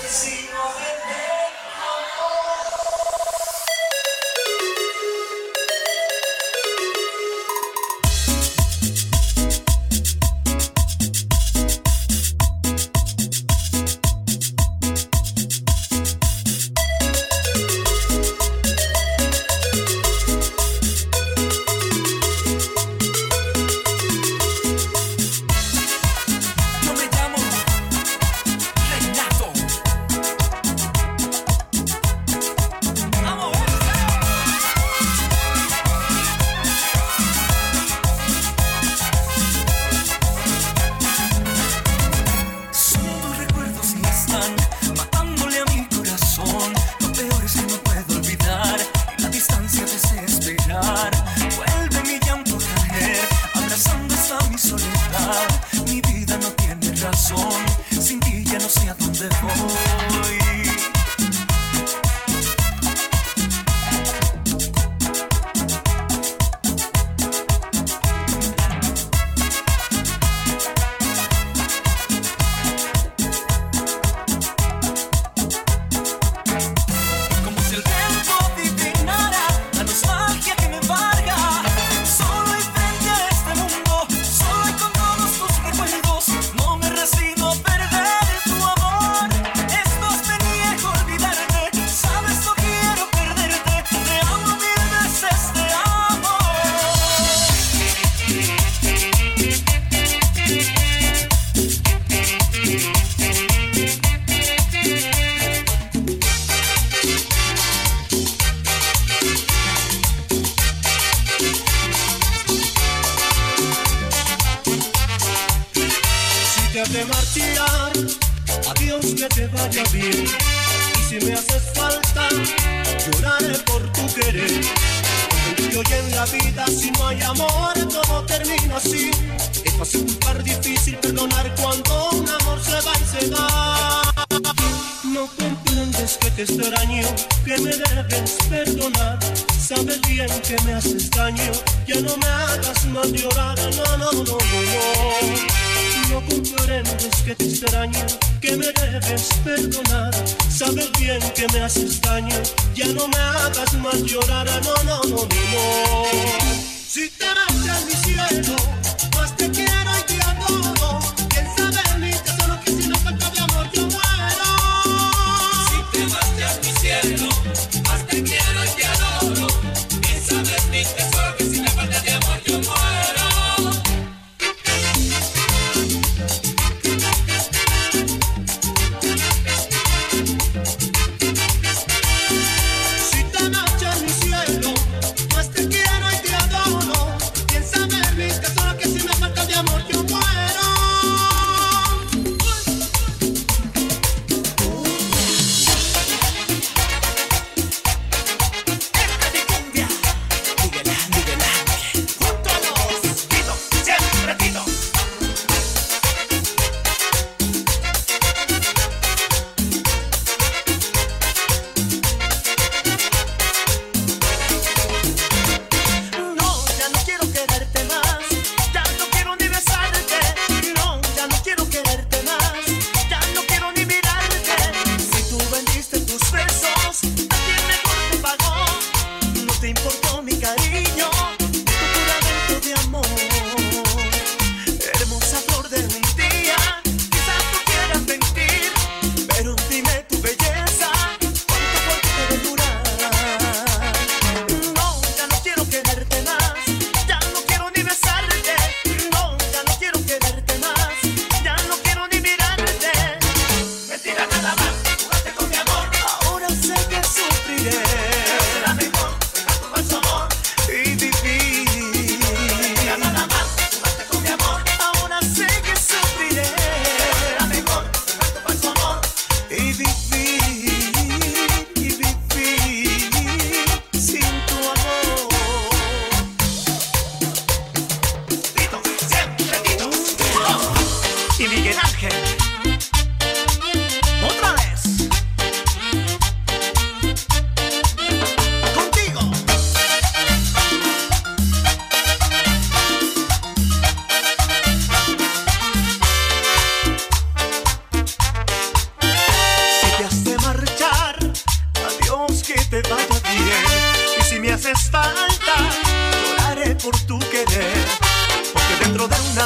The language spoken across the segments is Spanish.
Más te quiero y te adoro. Piensa ver mi tesoro que si me falta de amor.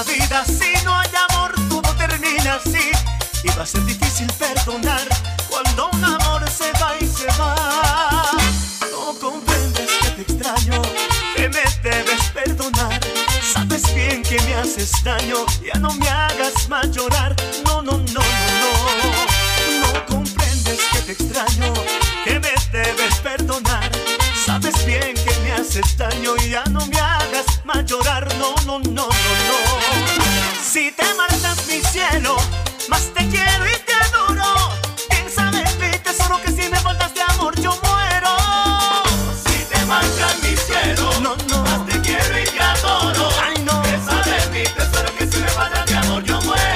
vida. Si no hay amor, todo termina así. Y va a ser difícil perdonar cuando un amor se va y se va. No comprendes que te extraño, que me debes perdonar. Sabes bien que me haces daño, ya no me hagas más llorar. No, no, no, no, no. No comprendes que te extraño, que me debes perdonar. Sabes bien que me haces daño y ya no me hagas más llorar. No, no, no, no, no. Si te marchas mi cielo, más te quiero y te adoro. Piensa de mí, tesoro, que si me faltas de amor yo muero. Si te marchas mi cielo, no, no, más te quiero y te adoro. Ay, no. Piensa de mí, tesoro, que si me faltas de amor yo muero.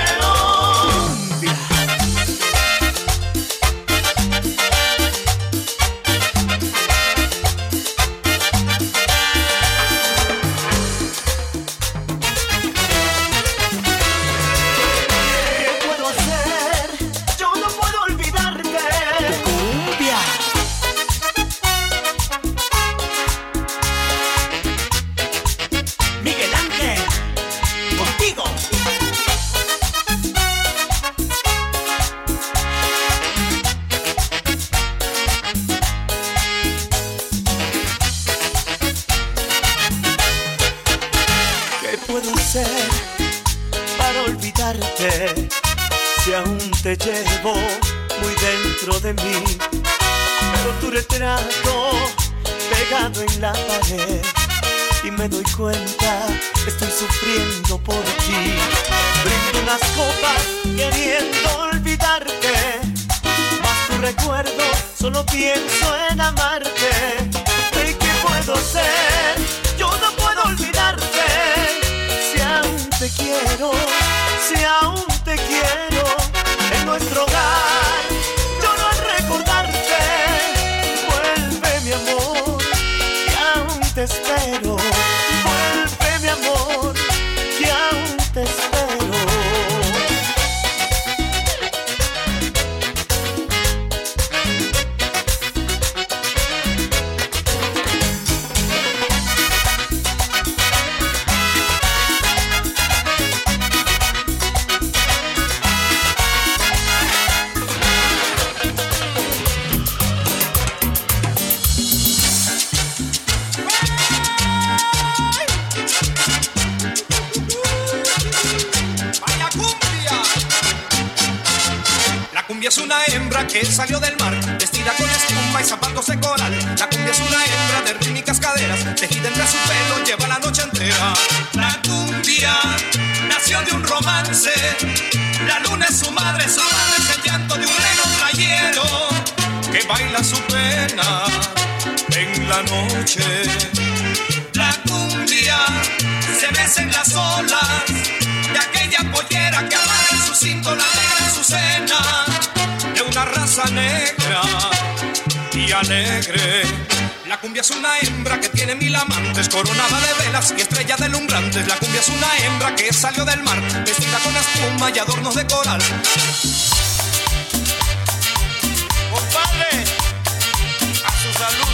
Si aún te llevo muy dentro de mí, pero tu retrato pegado en la pared, y me doy cuenta, estoy sufriendo por ti. Brindo unas copas queriendo olvidarte, mas tu recuerdo solo pienso en amarte. ¿Y qué puedo hacer? Yo no puedo olvidarte. Si aún te quiero, si aún te quiero, en nuestro hogar lloro al recordarte. Vuelve mi amor, que aún te espero. Vuelve mi amor, que aún te espero. Es una hembra que salió del mar, vestida con espuma y zapatos de coral. La cumbia es una hembra de rítmicas caderas, tejida entre su pelo, lleva la noche entera. La cumbia nació de un romance, la luna es su madre es el llanto de un negro playero que baila su pena en la noche. La cumbia se mece en las olas de aquella pollera que amarra en su cinto la negra en su cena, de una raza negra y alegre. La cumbia es una hembra que tiene 1000 amantes, coronada de velas y estrella deslumbrantes. La cumbia es una hembra que salió del mar, vestida con espuma y adornos de coral. Compadre, a su salud,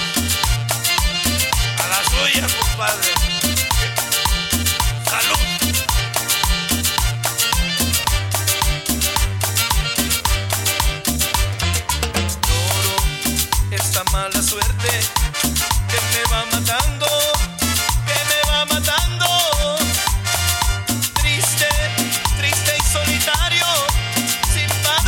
a la suya, compadre. Salud. Esta mala suerte que me va matando, que me va matando. Triste, triste y solitario, sin paz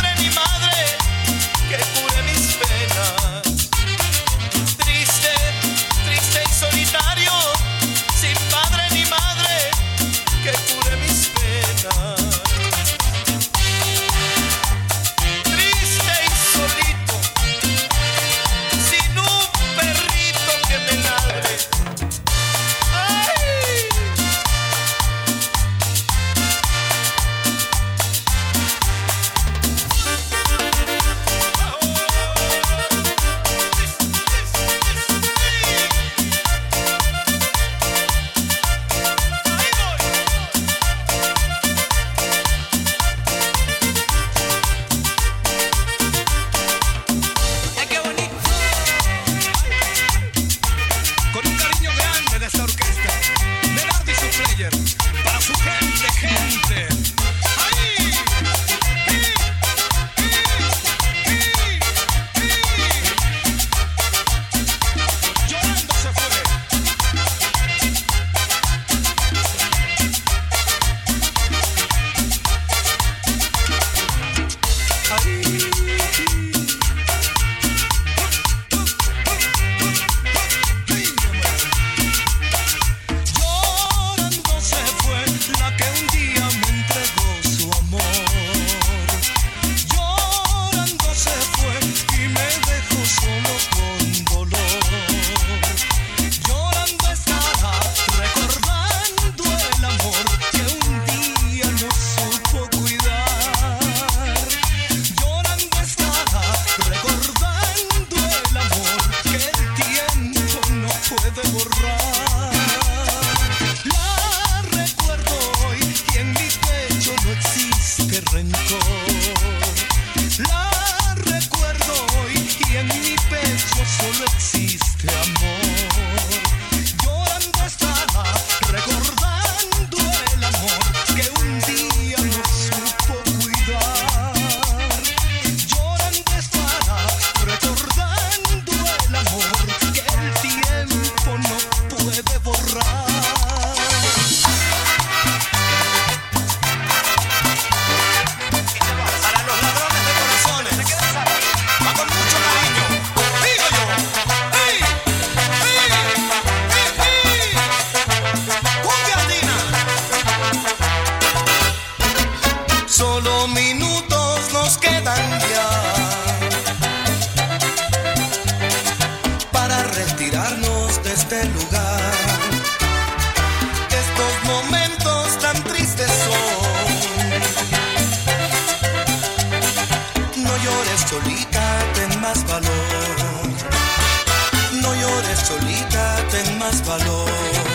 No llores, Cholita, ten más valor. No llores, Cholita, ten más valor.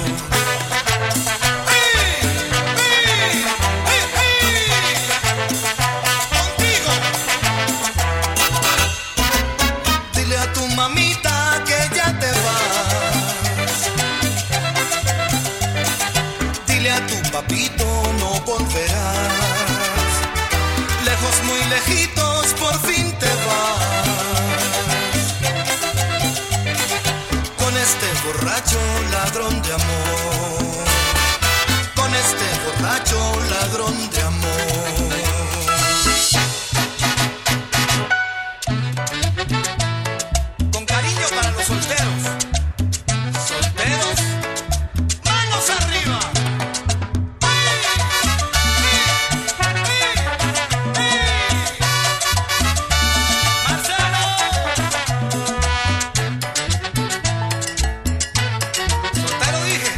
Mamita, que ya te vas. Dile a tu papito, no volverás. Lejos, muy lejitos, por fin te vas. Con este borracho ladrón de amor. Con este borracho ladrón de amor. Solteros, solteros, manos arriba. Marcelo, soltero dije.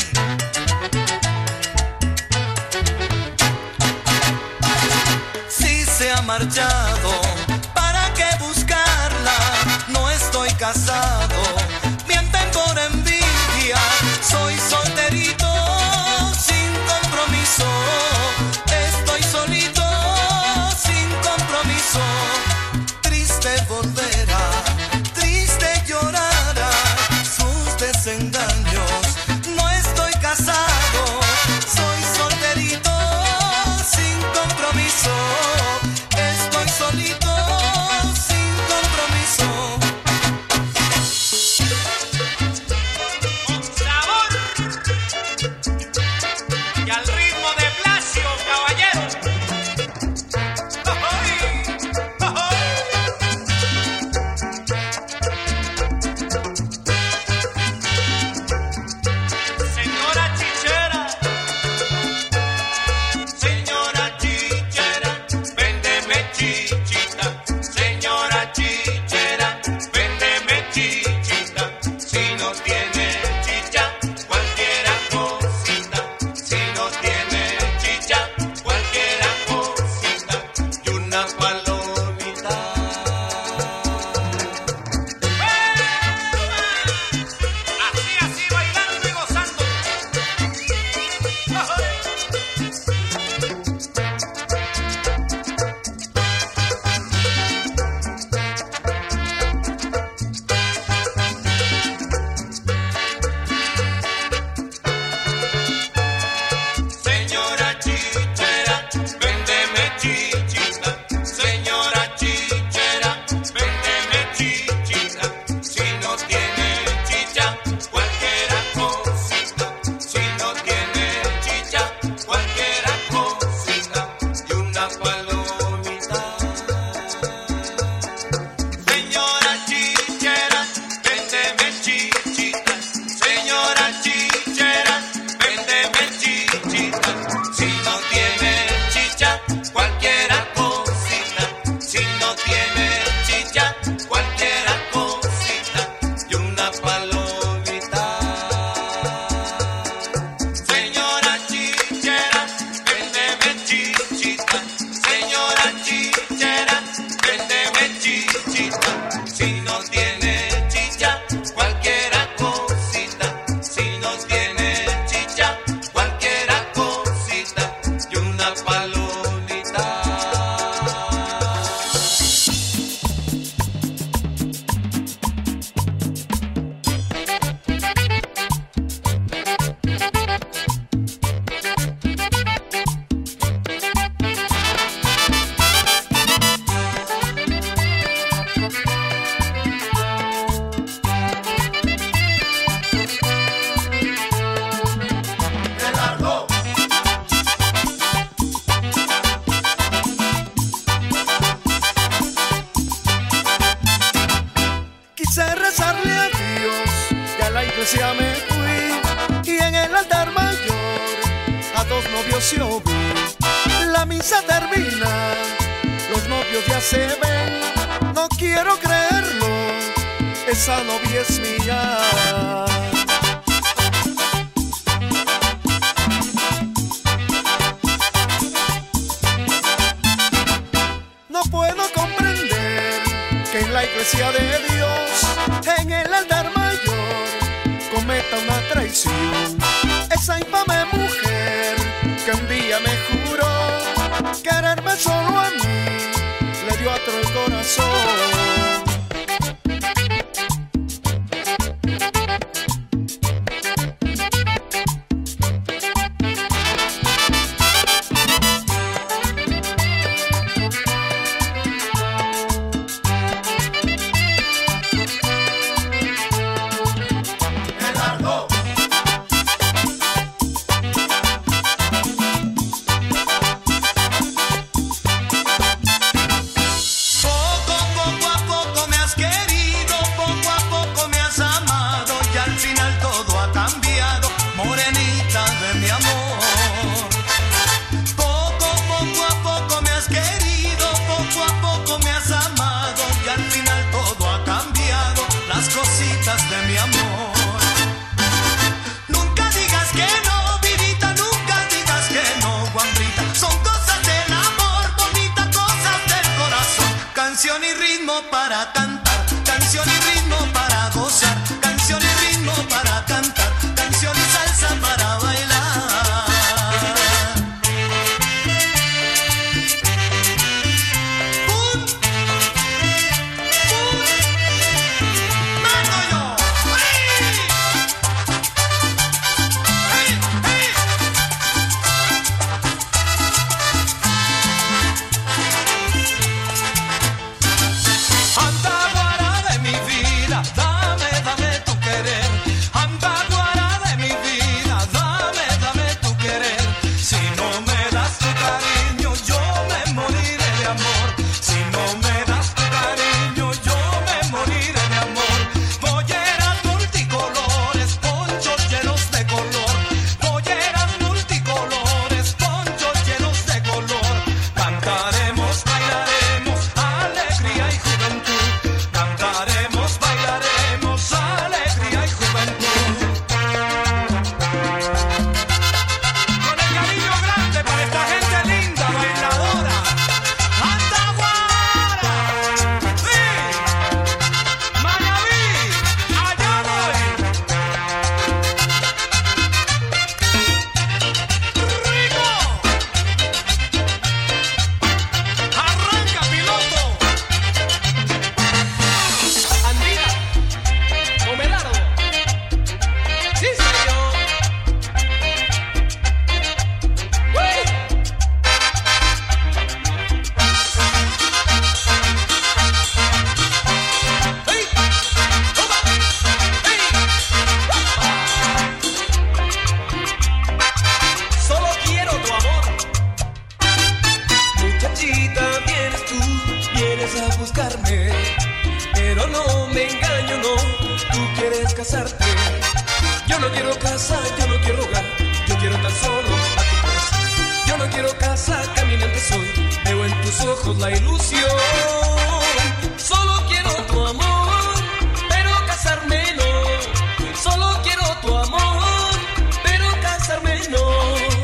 Si se ha marchado, ¿para qué buscarla? No estoy casado, mienten por envidia. Soy solterito, sin compromiso. Estoy solito, sin compromiso. Triste volverá, triste llorará sus desengaños. No estoy casado, soy solterito, sin compromiso. Estoy solito, sin compromiso. iglesia me fui y en el altar mayor a dos novios yo vi. La misa termina, los novios ya se ven. No quiero creerlo, esa novia es mía. No puedo comprender la iglesia de Dios, en el altar mayor, cometa una traición. Esa infame mujer que un día me juró quererme solo a mí, le dio a otro el corazón. Canción y ritmo para cantar, canción y ritmo para gozar, canción y ritmo para cantar, canción y salsa para bailar. ¡Mando yo! ¡Hey! ¡Hey! Antaguara de mi vida, dame, dame tu querer. Antaguara de mi vida, dame, dame tu querer. Si no me das tu cariño, yo me moriré de amor. Si no me das tu cariño, yo me moriré de amor. Polleras multicolores, ponchos llenos de color. Polleras multicolores, ponchos llenos de color. Cantaremos, bailaremos, alegría y juventud. Cantaremos, bailaremos, alegría y juventud. Con el cariño grande para esta gente linda, bailadora. Antaguara, sí, Manaví, allá voy. Rico, arranca piloto. Andina, Omelardo, sí señor. ¡Uy! ¡Ey! ¡Opa! ¡Ey! Solo quiero tu amor. Muchachita, vienes tú, vienes a buscarme, pero no me engaño, no, tú quieres casarte. Yo no quiero casa, yo no quiero hogar, yo quiero tan solo a tu corazón. Yo no quiero casa, caminante soy, veo en tus ojos la ilusión. Solo quiero tu amor, pero casarme no. Solo quiero tu amor, pero casarme no.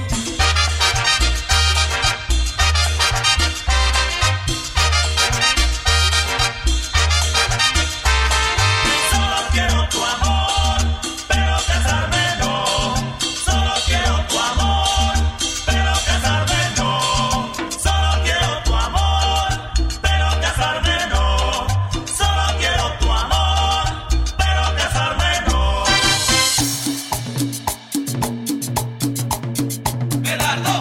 Solo quiero tu amor, pero casarme no. Solo quiero tu amor, pero casarme no. Solo quiero tu amor, pero casarme no. Solo quiero tu amor, pero casarme no. Medardo.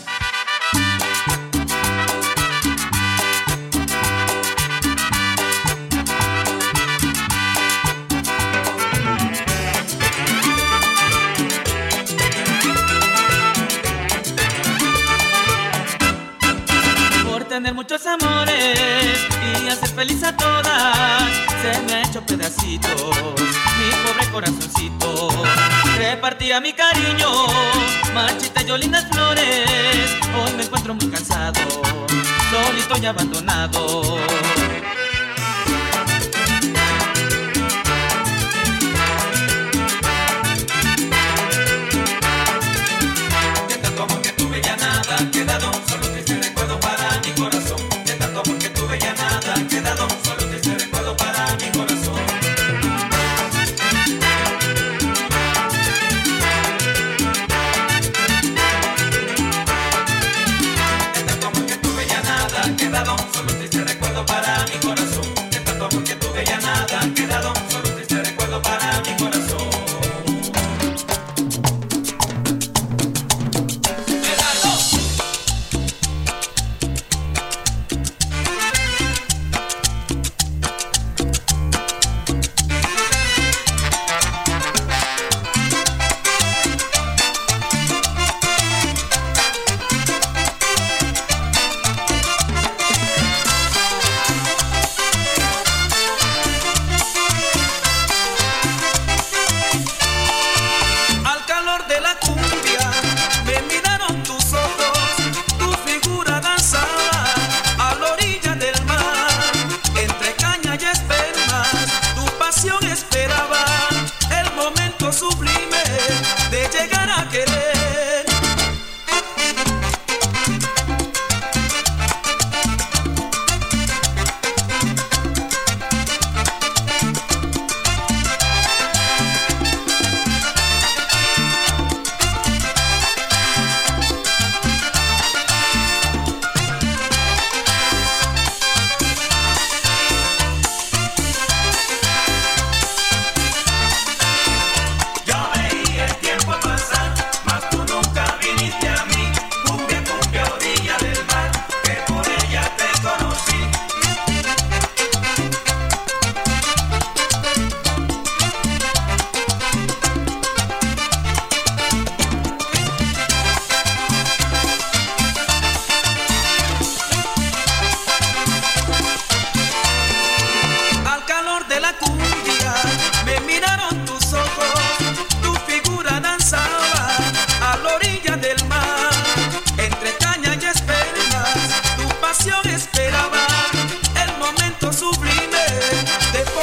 Por tener muchos amores y hacer feliz a todas, se me ha hecho pedacitos mi pobre corazoncito. Repartía mi cariño, marchita yo lindas flores. Hoy me encuentro muy cansado, solito y abandonado. De tanto amor que tuve ya nada ha quedado, solo triste recuerdo para mi corazón. De tanto amor que tuve ya nada ha quedado, solo triste recuerdo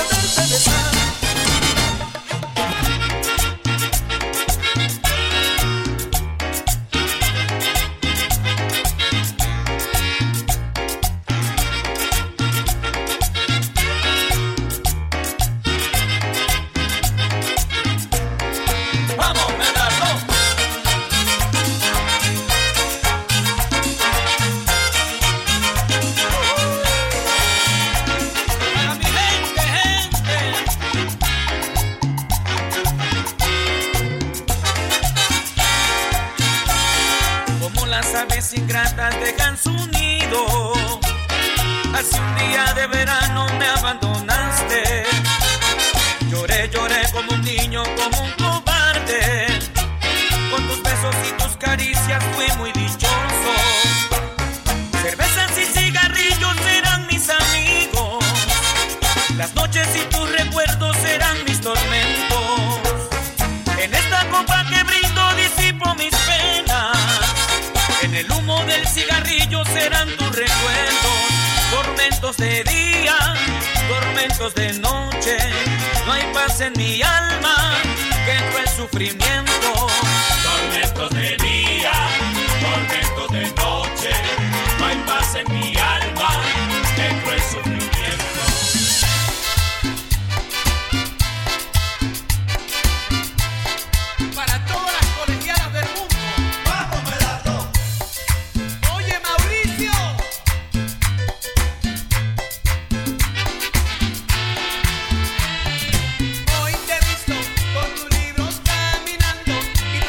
poderte besar. Ingratas dejan su nido. Hace un día de verano me abandonaste. Lloré, lloré como un niño, como un cobarde. Con tus besos y tus caricias fui muy dichoso. Cervezas y cigarrillos eran mis amigos. Las noches y tus recuerdos eran mis tormentos. En esta copa que brindo disipo mis penas. En el humo del cigarrillo serán tus recuerdos. Tormentos de día, tormentos de noche. No hay paz en mi alma, que fue el sufrimiento. Tormentos de día, tormentos de noche. No hay paz en mi alma, que fue el sufrimiento. Para todas las colegialas del mundo. ¡Vamos, Medardo! Oye, Mauricio. Hoy te he visto con tus libros caminando y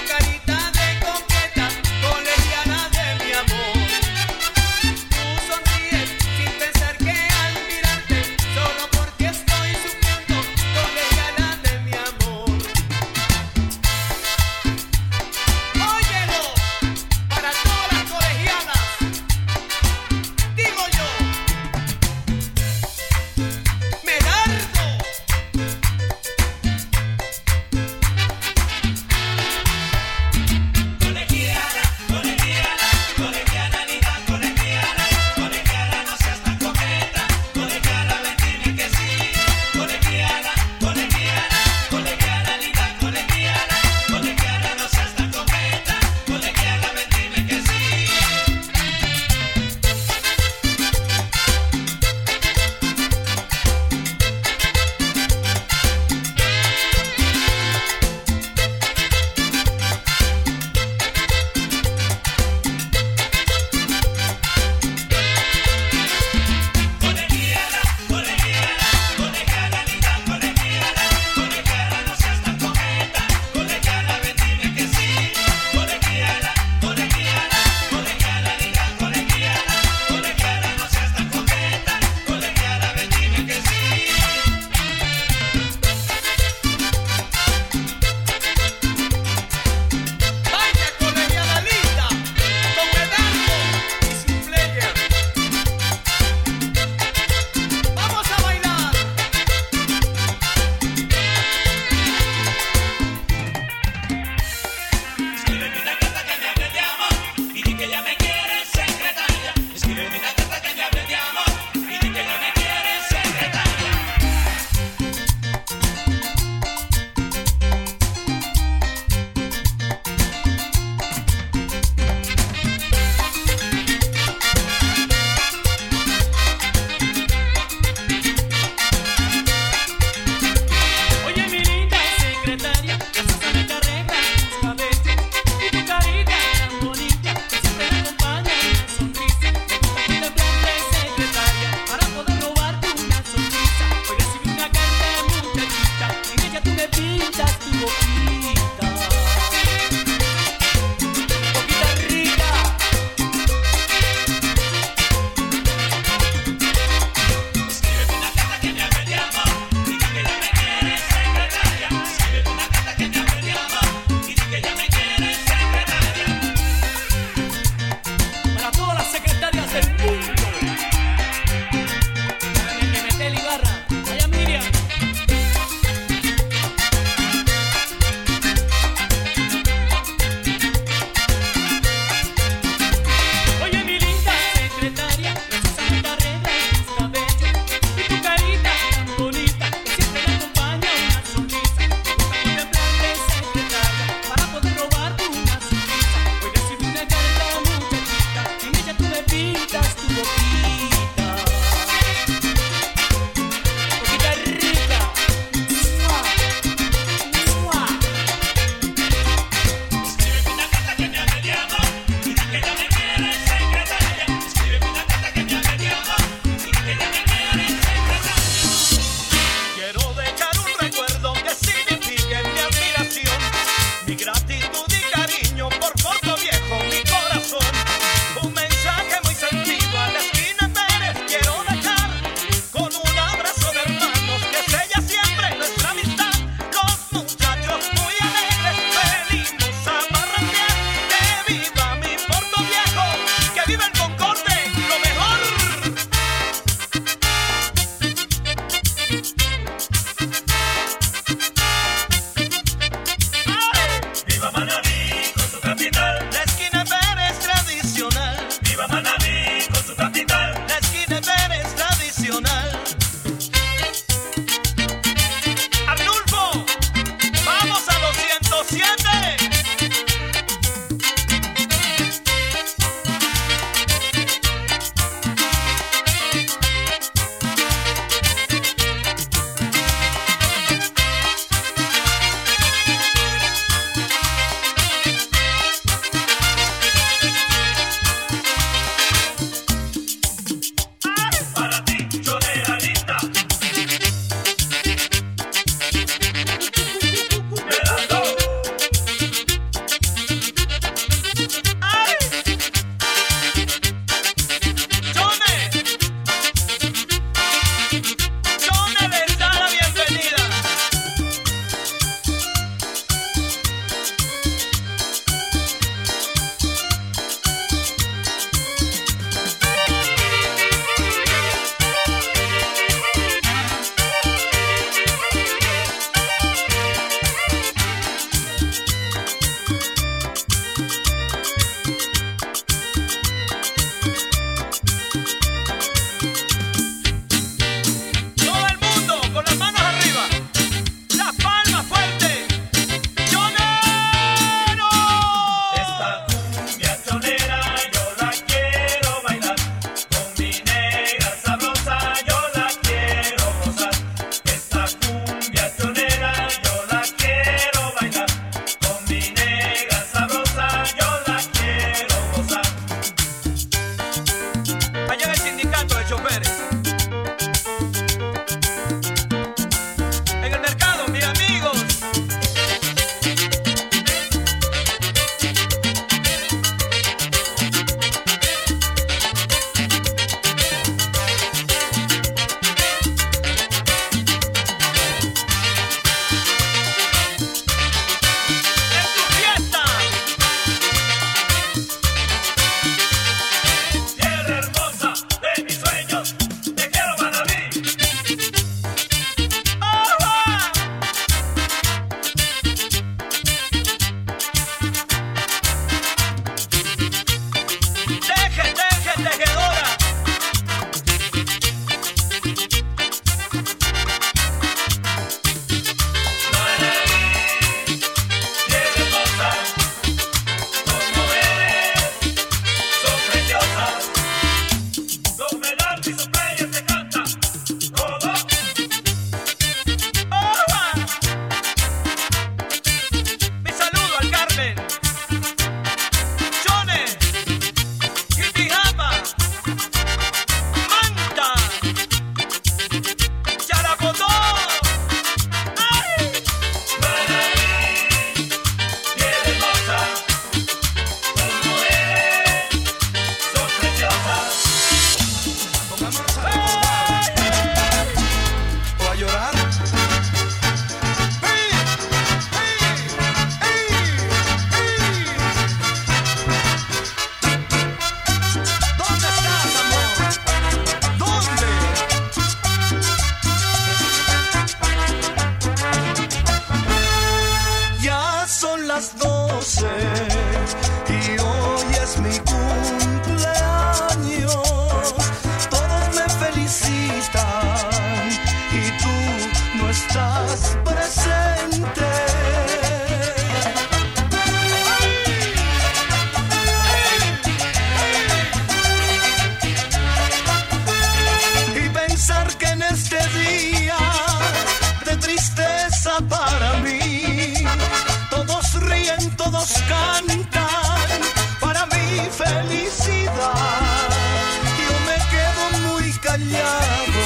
para mí. Todos ríen, todos cantan para mi felicidad. Yo me quedo muy callado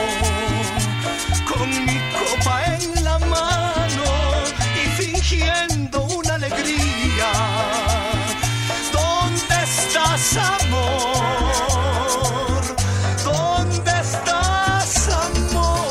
con mi copa en la mano y fingiendo una alegría. ¿Dónde estás, amor? ¿Dónde estás, amor?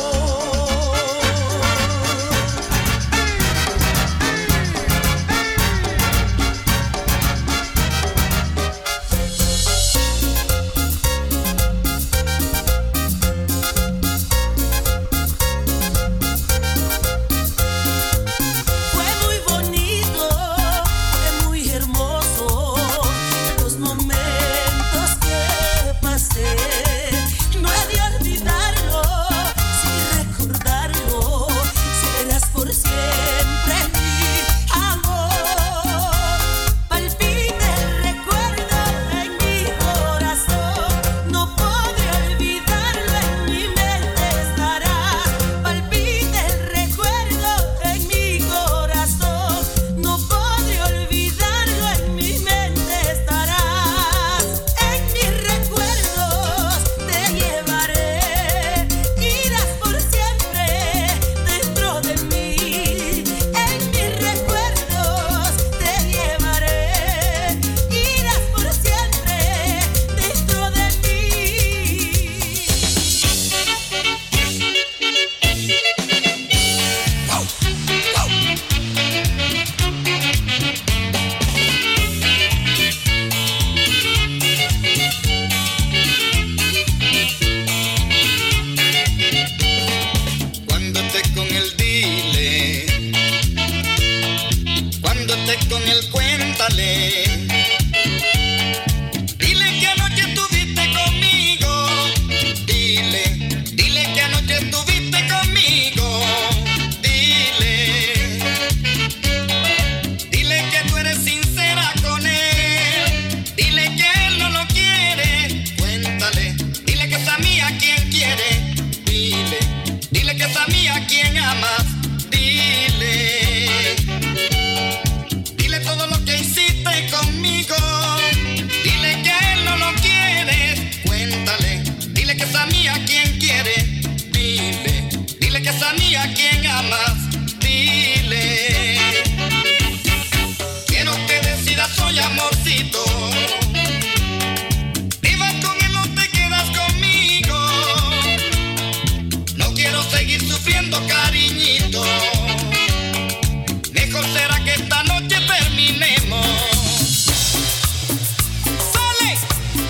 Fue muy bonito, fue muy hermoso los momentos que pasé. No he de olvidarlo, sin recordarlo, serás por siempre mi amor. Palpita el recuerdo en mi corazón, no podré olvidarlo, en mi mente estará. Palpita el recuerdo en mi corazón, no podré olvidarlo, en mi mente estarás. En mis recuerdos te llevaré, irás por siempre dentro de mí. En mis recuerdos te llevaré, irás por siempre dentro de mí. Cuando estés con el dile, cuando estés con el cuéntale, dile que anoche estuviste conmigo, dile que anoche estuviste conmigo, dile que tú eres sincera con él, dile que él no lo quiere, cuéntale, dile que es a mí a quien quiere, dile que es a mí a quien amas, dile todo lo que hiciste conmigo, dile que él no lo quiere, cuéntale, dile que es a mí a quien quiere, dile que es a mí a quien amas, quiero que decidas hoy, amorcito, te vas con él o te quedas conmigo. No quiero seguir sufriendo, cariñito. Mejor será que esta noche terminemos. ¡Sale!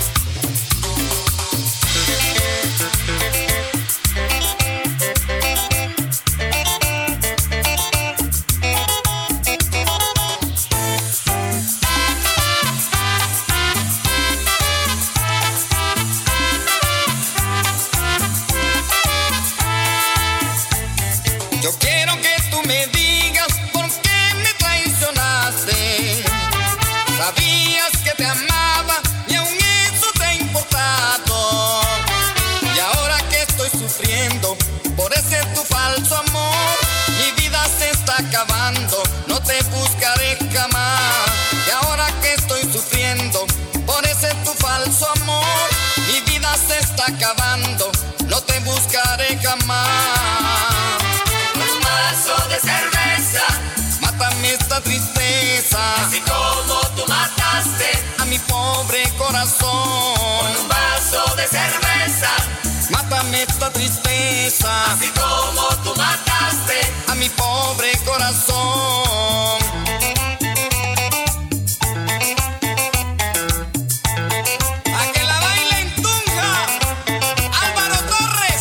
Yo quiero que tú me digas por qué me traicionaste. Sabías que te amaba y aún eso te ha importado. Y ahora que estoy sufriendo por ese tu falso amor, mi vida se está acabando, no te buscaré jamás. Y ahora que estoy sufriendo por ese tu falso amor, mi vida se está acabando, no te buscaré jamás. Un vaso de cerveza, Mátame esta tristeza, así como tú mataste. a mi pobre corazón. Con un vaso de cerveza, Mátame esta tristeza, así como tú mataste. a mi pobre corazón. A que la bailen Tunja, Álvaro Torres.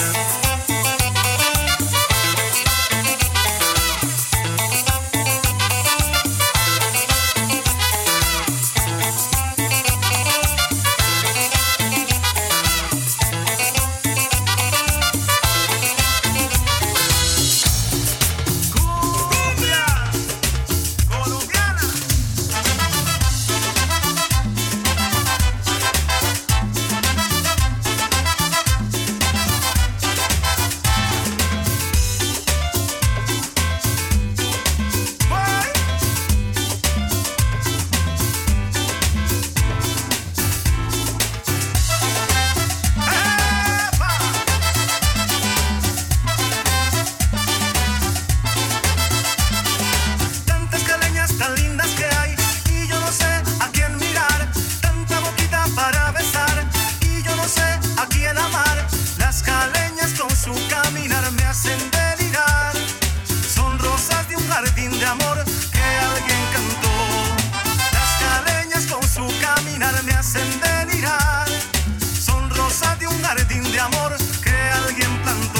caminar me hacen delirar. Son rosas de un jardín de amor que alguien cantó. Las caleñas con su caminar me hacen delirar. Son rosas de un jardín de amor que alguien plantó.